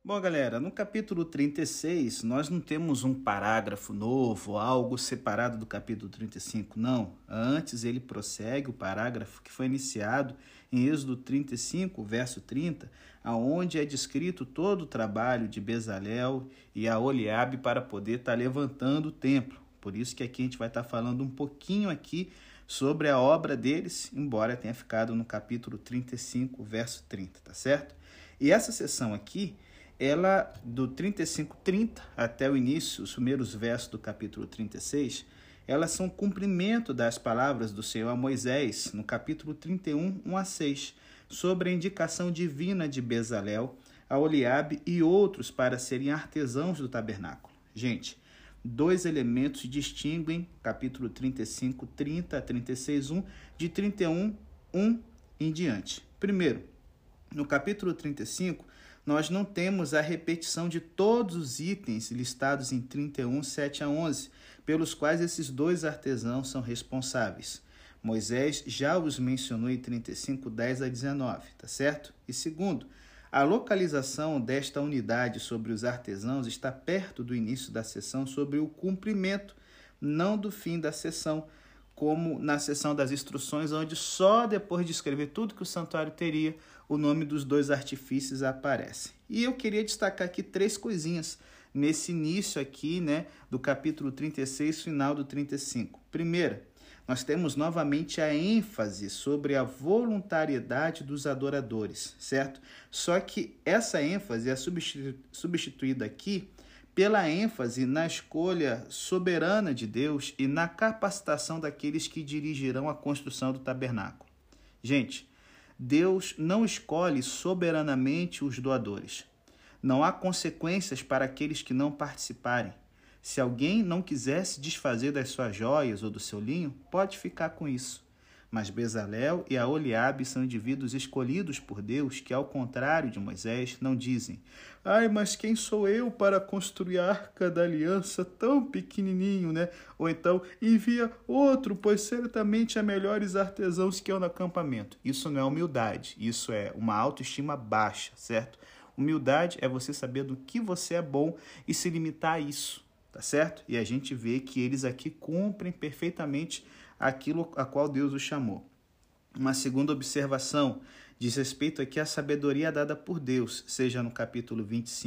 Bom, galera, no capítulo 36, nós não temos um parágrafo novo, algo separado do capítulo 35, não. Antes ele prossegue o parágrafo que foi iniciado em Êxodo 35, verso 30, aonde é descrito todo o trabalho de Bezalel e Aholiabe para poder estar levantando o templo. Por isso que aqui a gente vai estar falando um pouquinho aqui sobre a obra deles, embora tenha ficado no capítulo 35, verso 30, tá certo? E essa sessão aqui, ela, do 35:30 até o início, os primeiros versos do capítulo 36, elas são cumprimento das palavras do Senhor a Moisés, no capítulo 31, 1-6, sobre a indicação divina de Bezalel, Aholiabe e outros para serem artesãos do tabernáculo. Gente, dois elementos distinguem capítulo 35, 30 a 36, 1, de 31, 1 em diante. Primeiro, no capítulo 35, nós não temos a repetição de todos os itens listados em 31, 7-11, pelos quais esses dois artesãos são responsáveis. Moisés já os mencionou em 35, 10-19, tá certo? E segundo, a localização desta unidade sobre os artesãos está perto do início da sessão sobre o cumprimento, não do fim da sessão, como na seção das instruções, onde só depois de escrever tudo que o santuário teria, o nome dos dois artifícios aparece. E eu queria destacar aqui três coisinhas nesse início aqui, né, do capítulo 36, final do 35. Primeira, nós temos novamente a ênfase sobre a voluntariedade dos adoradores, certo? Só que essa ênfase é substituída aqui pela ênfase na escolha soberana de Deus e na capacitação daqueles que dirigirão a construção do tabernáculo. Gente, Deus não escolhe soberanamente os doadores. Não há consequências para aqueles que não participarem. Se alguém não quiser se desfazer das suas joias ou do seu linho, pode ficar com isso. Mas Bezalel e Aholiabe são indivíduos escolhidos por Deus que, ao contrário de Moisés, não dizem: "Ai, mas quem sou eu para construir a arca da aliança tão pequenininho, né?" Ou então, "envia outro, pois certamente há melhores artesãos que eu no acampamento." Isso não é humildade, isso é uma autoestima baixa, certo? Humildade é você saber do que você é bom e se limitar a isso, tá certo? E a gente vê que eles aqui cumprem perfeitamente aquilo a qual Deus os chamou. Uma segunda observação diz respeito aqui à sabedoria dada por Deus, seja no capítulo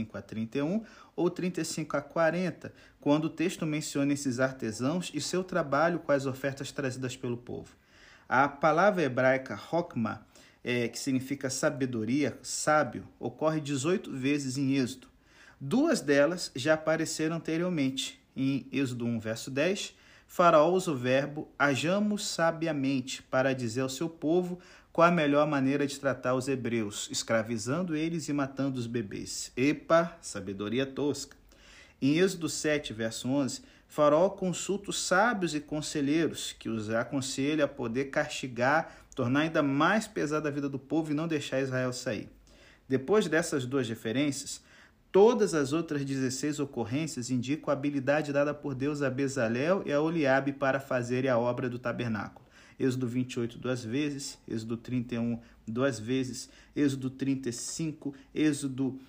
25-31 ou 35-40, quando o texto menciona esses artesãos e seu trabalho com as ofertas trazidas pelo povo. A palavra hebraica hokmah, que significa sabedoria, sábio, ocorre 18 vezes em Êxodo. Duas delas já apareceram anteriormente. Em Êxodo 1, verso 10, Faraó usa o verbo "hajamos sabiamente" para dizer ao seu povo qual a melhor maneira de tratar os hebreus, escravizando eles e matando os bebês. Epa, sabedoria tosca. Em Êxodo 7, verso 11, Faraó consulta os sábios e conselheiros, que os aconselha a poder castigar, tornar ainda mais pesada a vida do povo e não deixar Israel sair. Depois dessas duas referências, todas as outras 16 ocorrências indicam a habilidade dada por Deus a Bezalel e a Aholiabe para fazerem a obra do tabernáculo. Êxodo 28, duas vezes, Êxodo 31, duas vezes, Êxodo 35, Êxodo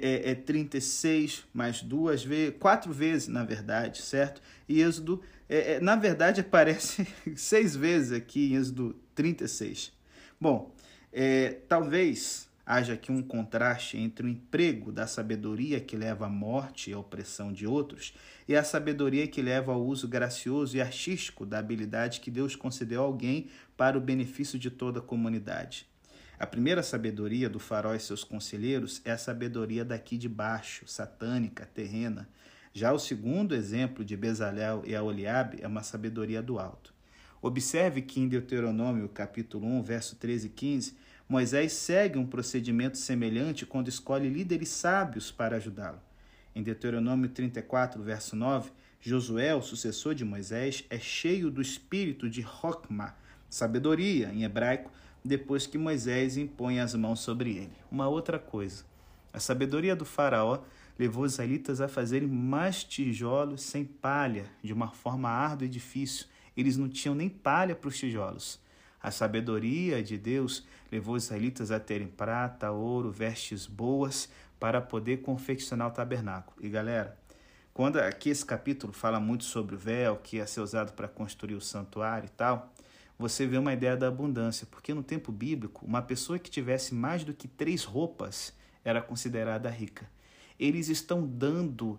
36, mais duas vezes, 4 vezes, na verdade, certo? E Êxodo, na verdade, aparece 6 vezes aqui em Êxodo 36. Bom, talvez haja aqui um contraste entre o emprego da sabedoria que leva à morte e à opressão de outros e a sabedoria que leva ao uso gracioso e artístico da habilidade que Deus concedeu a alguém para o benefício de toda a comunidade. A primeira sabedoria do faraó e seus conselheiros é a sabedoria daqui de baixo, satânica, terrena. Já o segundo exemplo de Bezalel e Aholiabe é uma sabedoria do alto. Observe que em Deuteronômio, capítulo 1, verso 13 e 15, Moisés segue um procedimento semelhante quando escolhe líderes sábios para ajudá-lo. Em Deuteronômio 34, verso 9, Josué, o sucessor de Moisés, é cheio do espírito de hokmah, sabedoria em hebraico, depois que Moisés impõe as mãos sobre ele. Uma outra coisa, a sabedoria do faraó levou os israelitas a fazerem mais tijolos sem palha, de uma forma árdua e difícil. Eles não tinham nem palha para os tijolos. A sabedoria de Deus levou os israelitas a terem prata, ouro, vestes boas, para poder confeccionar o tabernáculo. E galera, quando aqui esse capítulo fala muito sobre o véu que ia ser usado para construir o santuário e tal, você vê uma ideia da abundância, porque no tempo bíblico, uma pessoa que tivesse mais do que 3 roupas era considerada rica. Eles estão dando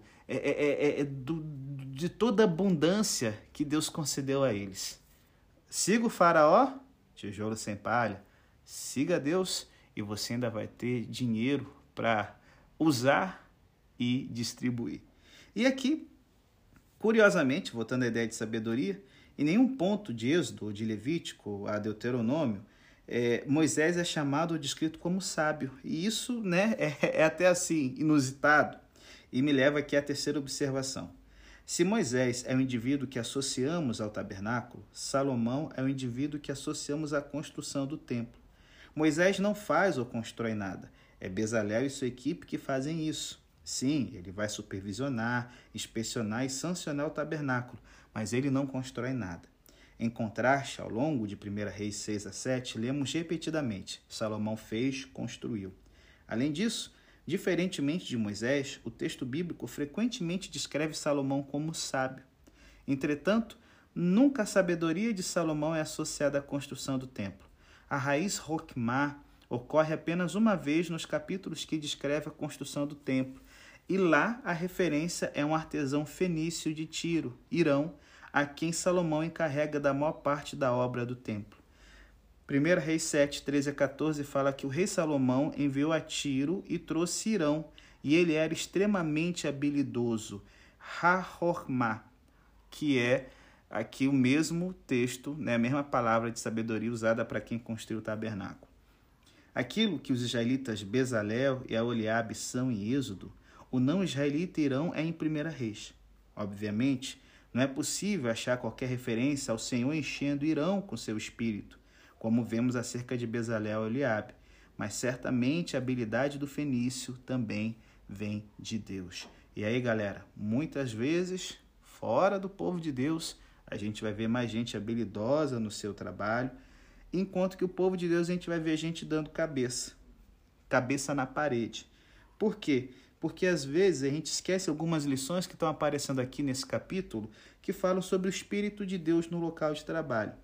de toda a abundância que Deus concedeu a eles. Siga o faraó, tijolo sem palha. Siga Deus e você ainda vai ter dinheiro para usar e distribuir. E aqui, curiosamente, voltando à ideia de sabedoria, em nenhum ponto de Êxodo ou de Levítico a Deuteronômio, Moisés é chamado ou descrito como sábio. E isso, né, é até assim, inusitado. E me leva aqui à terceira observação. Se Moisés é o indivíduo que associamos ao tabernáculo, Salomão é o indivíduo que associamos à construção do templo. Moisés não faz ou constrói nada. É Bezalel e sua equipe que fazem isso. Sim, ele vai supervisionar, inspecionar e sancionar o tabernáculo, mas ele não constrói nada. Em contraste, ao longo de 1 Reis 6 a 7, lemos repetidamente: Salomão fez, construiu. Além disso, diferentemente de Moisés, o texto bíblico frequentemente descreve Salomão como sábio. Entretanto, nunca a sabedoria de Salomão é associada à construção do templo. A raiz Roquemá ocorre apenas uma vez nos capítulos que descreve a construção do templo, e lá a referência é um artesão fenício de Tiro, Irão, a quem Salomão encarrega da maior parte da obra do templo. 1 Reis 7, 13 a 14 fala que o rei Salomão enviou a Tiro e trouxe Irão, e ele era extremamente habilidoso, Ha-Hormá, que é aqui o mesmo texto, né, a mesma palavra de sabedoria usada para quem construiu o tabernáculo. Aquilo que os israelitas Bezalel e Aholiabe são em Êxodo, o não-israelita Irão é em 1 Reis. Obviamente, não é possível achar qualquer referência ao Senhor enchendo Irão com seu espírito, como vemos acerca de Bezalel e Aholiabe, mas certamente a habilidade do fenício também vem de Deus. E aí, galera, muitas vezes, fora do povo de Deus, a gente vai ver mais gente habilidosa no seu trabalho, enquanto que o povo de Deus a gente vai ver gente dando cabeça na parede. Por quê? Porque às vezes a gente esquece algumas lições que estão aparecendo aqui nesse capítulo que falam sobre o Espírito de Deus no local de trabalho.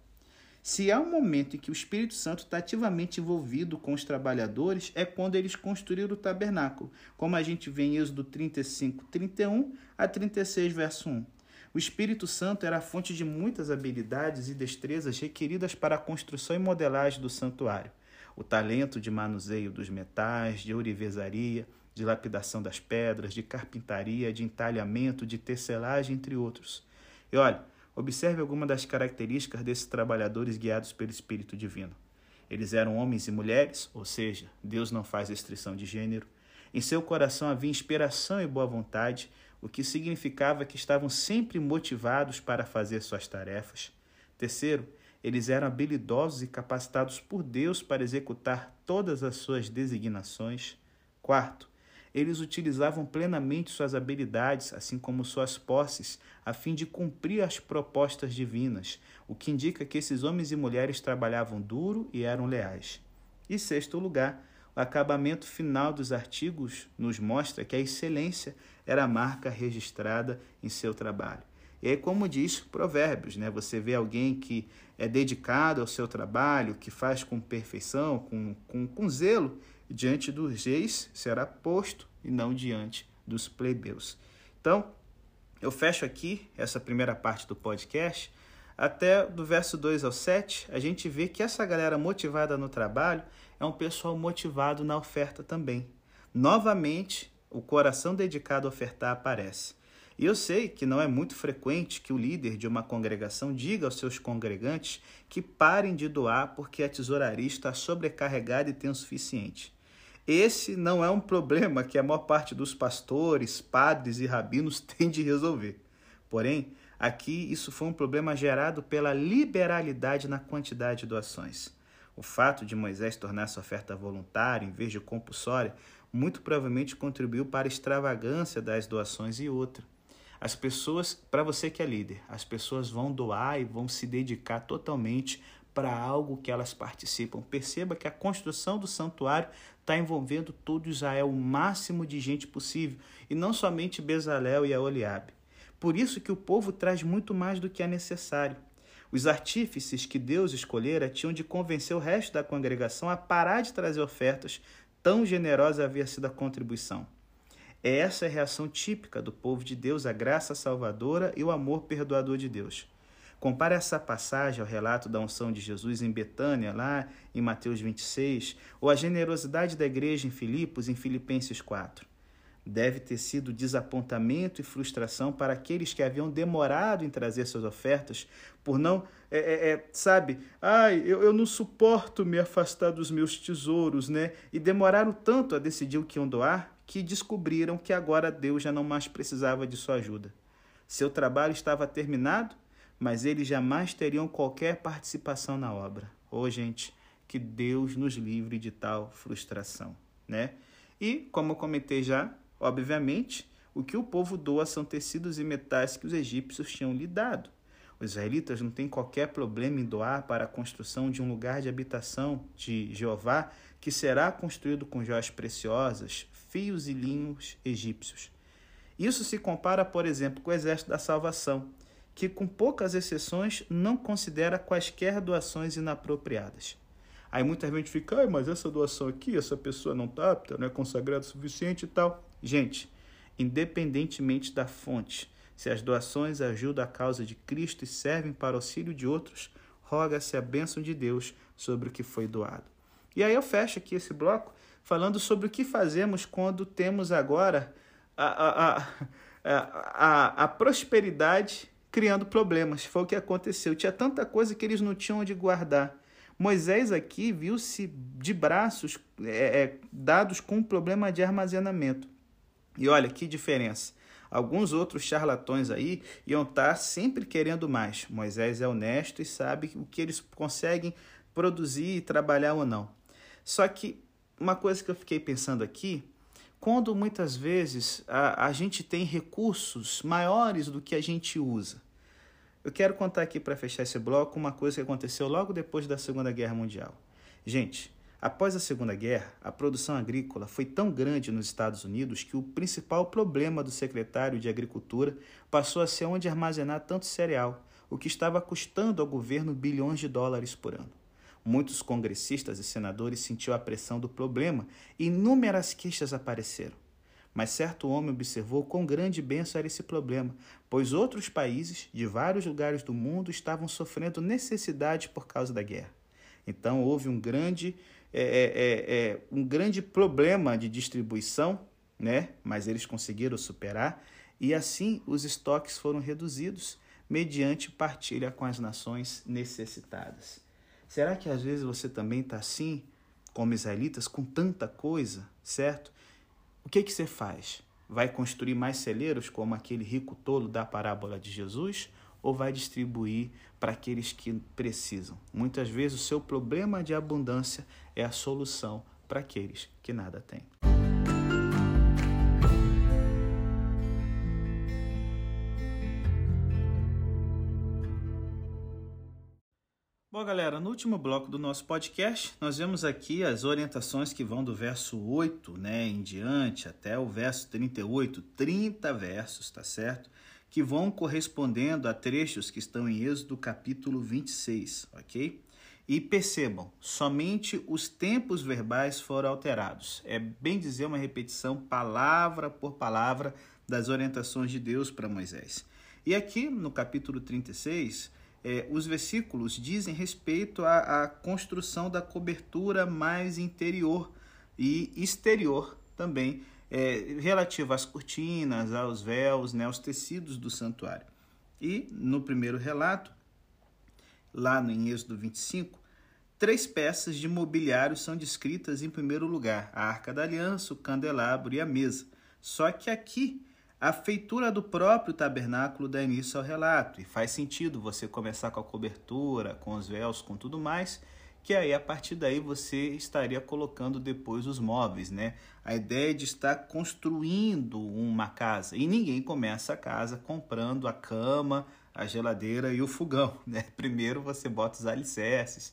Se há um momento em que o Espírito Santo está ativamente envolvido com os trabalhadores, é quando eles construíram o tabernáculo, como a gente vê em Êxodo 35, 31 a 36, verso 1. O Espírito Santo era a fonte de muitas habilidades e destrezas requeridas para a construção e modelagem do santuário. O talento de manuseio dos metais, de ourivesaria, de lapidação das pedras, de carpintaria, de entalhamento, de tecelagem, entre outros. E olha, observe algumas das características desses trabalhadores guiados pelo Espírito Divino. Eles eram homens e mulheres, ou seja, Deus não faz restrição de gênero. Em seu coração havia inspiração e boa vontade, o que significava que estavam sempre motivados para fazer suas tarefas. Terceiro, eles eram habilidosos e capacitados por Deus para executar todas as suas designações. Quarto, eles utilizavam plenamente suas habilidades, assim como suas posses, a fim de cumprir as propostas divinas, o que indica que esses homens e mulheres trabalhavam duro e eram leais. E sexto lugar, o acabamento final dos artigos nos mostra que a excelência era a marca registrada em seu trabalho. E aí, como diz Provérbios, né? Você vê alguém que é dedicado ao seu trabalho, que faz com perfeição, com zelo, diante dos reis será posto e não diante dos plebeus. Então, eu fecho aqui essa primeira parte do podcast. Até do verso 2 ao 7, a gente vê que essa galera motivada no trabalho é um pessoal motivado na oferta também. Novamente, o coração dedicado a ofertar aparece. E eu sei que não é muito frequente que o líder de uma congregação diga aos seus congregantes que parem de doar porque a tesouraria está sobrecarregada e tem o suficiente. Esse não é um problema que a maior parte dos pastores, padres e rabinos tem de resolver. Porém, aqui isso foi um problema gerado pela liberalidade na quantidade de doações. O fato de Moisés tornar essa oferta voluntária em vez de compulsória muito provavelmente contribuiu para a extravagância das doações. E outra, as pessoas, para você que é líder, as pessoas vão doar e vão se dedicar totalmente para algo que elas participam. Perceba que a construção do santuário está envolvendo todo Israel, o máximo de gente possível, e não somente Bezalel e Aholiabe. Por isso que o povo traz muito mais do que é necessário. Os artífices que Deus escolhera tinham de convencer o resto da congregação a parar de trazer ofertas, tão generosa havia sido a contribuição. Essa é a reação típica do povo de Deus, a graça salvadora e o amor perdoador de Deus. Compare essa passagem ao relato da unção de Jesus em Betânia, lá em Mateus 26, ou a generosidade da igreja em Filipos, em Filipenses 4. Deve ter sido desapontamento e frustração para aqueles que haviam demorado em trazer suas ofertas, por não, eu não suporto me afastar dos meus tesouros, né? E demoraram tanto a decidir o que iam doar, que descobriram que agora Deus já não mais precisava de sua ajuda. Seu trabalho estava terminado, mas eles jamais teriam qualquer participação na obra. Gente, que Deus nos livre de tal frustração, né? E, como eu comentei já, obviamente, o que o povo doa são tecidos e metais que os egípcios tinham lhe dado. Os israelitas não têm qualquer problema em doar para a construção de um lugar de habitação de Jeová, que será construído com joias preciosas, fios e linhos egípcios. Isso se compara, por exemplo, com o Exército da Salvação, que, com poucas exceções, não considera quaisquer doações inapropriadas. Aí muita gente fica, mas essa doação aqui, essa pessoa não está apta, não é consagrada o suficiente e tal. Gente, independentemente da fonte, se as doações ajudam a causa de Cristo e servem para o auxílio de outros, roga-se a bênção de Deus sobre o que foi doado. E aí eu fecho aqui esse bloco falando sobre o que fazemos quando temos agora a prosperidade criando problemas. Foi o que aconteceu. Tinha tanta coisa que eles não tinham onde guardar. Moisés aqui viu-se de braços dados com um problema de armazenamento. E olha que diferença. Alguns outros charlatões aí iam estar sempre querendo mais. Moisés é honesto e sabe o que eles conseguem produzir e trabalhar ou não. Só que uma coisa que eu fiquei pensando aqui, quando muitas vezes a gente tem recursos maiores do que a gente usa. Eu quero contar aqui para fechar esse bloco uma coisa que aconteceu logo depois da Segunda Guerra Mundial. Gente, após a Segunda Guerra, a produção agrícola foi tão grande nos Estados Unidos que o principal problema do secretário de Agricultura passou a ser onde armazenar tanto cereal, o que estava custando ao governo bilhões de dólares por ano. Muitos congressistas e senadores sentiram a pressão do problema e inúmeras queixas apareceram. Mas certo homem observou quão grande bênção era esse problema, pois outros países de vários lugares do mundo estavam sofrendo necessidade por causa da guerra. Então houve um grande problema de distribuição, né? Mas eles conseguiram superar e assim os estoques foram reduzidos mediante partilha com as nações necessitadas. Será que às vezes você também está assim, como israelitas, com tanta coisa, certo? O que você faz? Vai construir mais celeiros como aquele rico tolo da parábola de Jesus? Ou vai distribuir para aqueles que precisam? Muitas vezes o seu problema de abundância é a solução para aqueles que nada têm. Bom, galera, no último bloco do nosso podcast, nós vemos aqui as orientações que vão do verso 8, em diante, até o verso 38, 30 versos, tá certo? Que vão correspondendo a trechos que estão em Êxodo capítulo 26, ok? E percebam, somente os tempos verbais foram alterados. É bem dizer uma repetição, palavra por palavra, das orientações de Deus para Moisés. E aqui, no capítulo 36... os versículos dizem respeito à construção da cobertura mais interior e exterior também, relativo às cortinas, aos véus, aos tecidos do santuário. E no primeiro relato, lá em Êxodo 25, 3 peças de mobiliário são descritas em primeiro lugar: a Arca da Aliança, o candelabro e a mesa. Só que aqui, a feitura do próprio tabernáculo dá início ao relato, e faz sentido você começar com a cobertura, com os véus, com tudo mais, que aí a partir daí você estaria colocando depois os móveis, né? A ideia de estar construindo uma casa, e ninguém começa a casa comprando a cama, a geladeira e o fogão, né? Primeiro você bota os alicerces,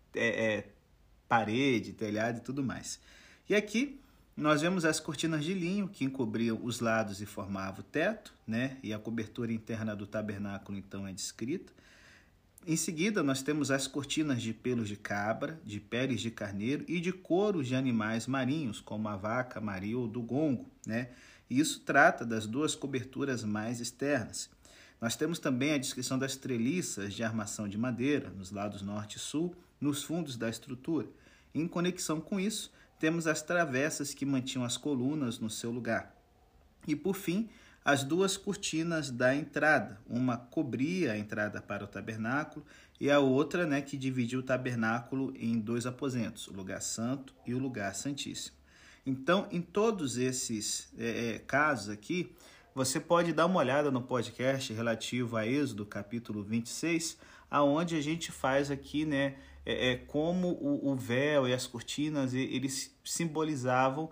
parede, telhado e tudo mais. E aqui nós vemos as cortinas de linho que encobriam os lados e formavam o teto, né? E a cobertura interna do tabernáculo então é descrita. Em seguida, nós temos as cortinas de pelos de cabra, de peles de carneiro e de couros de animais marinhos, como a vaca, maria ou do gongo, né? E isso trata das duas coberturas mais externas. Nós temos também a descrição das treliças de armação de madeira, nos lados norte e sul, nos fundos da estrutura. Em conexão com isso, temos as travessas que mantinham as colunas no seu lugar. E, por fim, as duas cortinas da entrada. Uma cobria a entrada para o tabernáculo e a outra, né, que dividia o tabernáculo em dois aposentos, o lugar santo e o lugar santíssimo. Então, em todos esses casos aqui, você pode dar uma olhada no podcast relativo a Êxodo, capítulo 26, aonde a gente faz aqui, né, como o véu e as cortinas, eles simbolizavam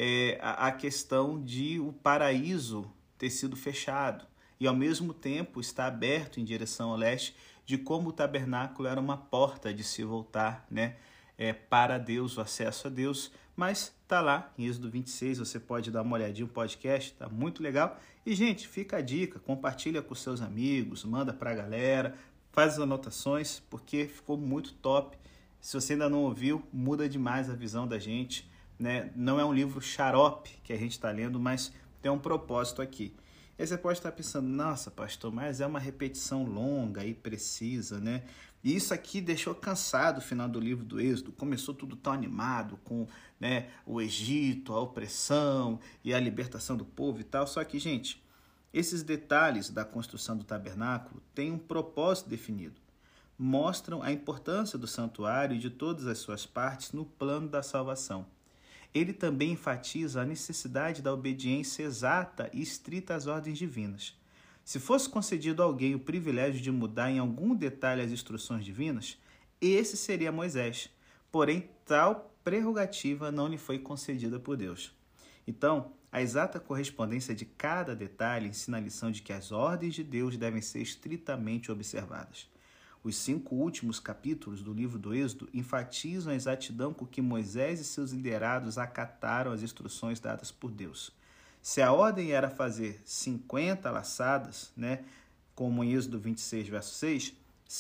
a questão de o paraíso ter sido fechado e ao mesmo tempo está aberto em direção ao leste, de como o tabernáculo era uma porta de se voltar, né, para Deus, o acesso a Deus. Mas tá lá em Êxodo 26, você pode dar uma olhadinha no podcast, tá muito legal. E gente, fica a dica, compartilha com seus amigos, manda pra galera, faz as anotações, porque ficou muito top. Se você ainda não ouviu, muda demais a visão da gente, né? Não é um livro xarope que a gente está lendo, mas tem um propósito aqui. E aí você pode estar pensando, nossa, pastor, mas é uma repetição longa e precisa, né? E isso aqui deixou cansado o final do livro do Êxodo. Começou tudo tão animado com, né, o Egito, a opressão e a libertação do povo e tal. Só que, gente, esses detalhes da construção do tabernáculo têm um propósito definido. Mostram a importância do santuário e de todas as suas partes no plano da salvação. Ele também enfatiza a necessidade da obediência exata e estrita às ordens divinas. Se fosse concedido a alguém o privilégio de mudar em algum detalhe as instruções divinas, esse seria Moisés. Porém, tal prerrogativa não lhe foi concedida por Deus. Então, a exata correspondência de cada detalhe ensina a lição de que as ordens de Deus devem ser estritamente observadas. Os 5 últimos capítulos do livro do Êxodo enfatizam a exatidão com que Moisés e seus liderados acataram as instruções dadas por Deus. Se a ordem era fazer 50 laçadas, né, como em Êxodo 26, verso 6,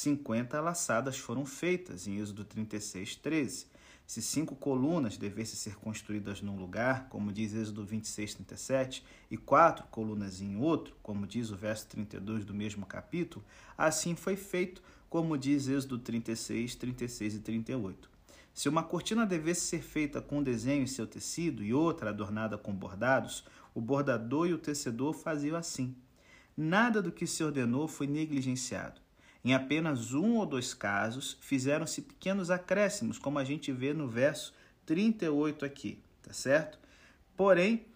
50 laçadas foram feitas em Êxodo 36, 13. Se 5 colunas devessem ser construídas num lugar, como diz Êxodo 26, 37, e 4 colunas em outro, como diz o verso 32 do mesmo capítulo, assim foi feito, como diz Êxodo 36, 36 e 38. Se uma cortina devesse ser feita com desenho em seu tecido e outra adornada com bordados, o bordador e o tecedor faziam assim. Nada do que se ordenou foi negligenciado. Em apenas 1 ou 2 casos, fizeram-se pequenos acréscimos, como a gente vê no verso 38 aqui, tá certo? Porém,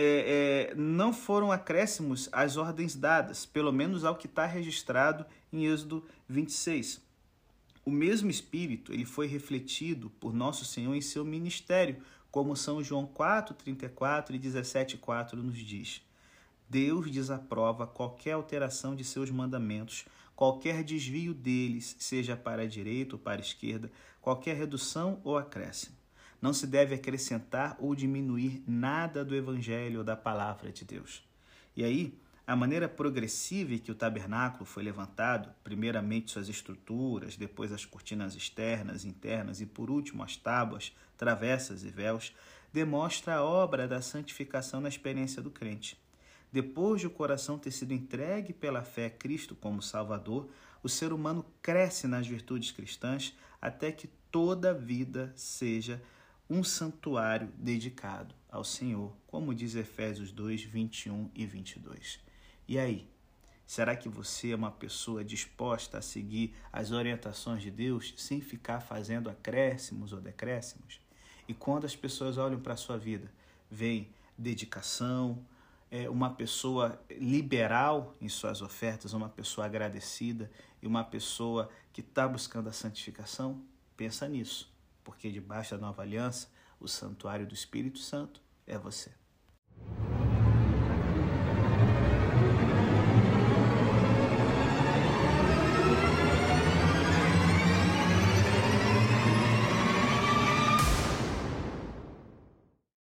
não foram acréscimos às ordens dadas, pelo menos ao que está registrado em Êxodo 26. O mesmo Espírito ele foi refletido por Nosso Senhor em seu ministério, como São João 4, 34 e 17, 4 nos diz. Deus desaprova qualquer alteração de seus mandamentos, qualquer desvio deles, seja para a direita ou para a esquerda, qualquer redução ou acréscimo. Não se deve acrescentar ou diminuir nada do Evangelho ou da Palavra de Deus. E aí, a maneira progressiva em que o tabernáculo foi levantado, primeiramente suas estruturas, depois as cortinas externas, internas e, por último, as tábuas, travessas e véus, demonstra a obra da santificação na experiência do crente. Depois de o coração ter sido entregue pela fé a Cristo como Salvador, o ser humano cresce nas virtudes cristãs até que toda a vida seja um santuário dedicado ao Senhor, como diz Efésios 2, 21 e 22. E aí, será que você é uma pessoa disposta a seguir as orientações de Deus sem ficar fazendo acréscimos ou decréscimos? E quando as pessoas olham para a sua vida, veem dedicação, uma pessoa liberal em suas ofertas, uma pessoa agradecida e uma pessoa que está buscando a santificação? Pensa nisso, porque debaixo da nova aliança, o santuário do Espírito Santo é você.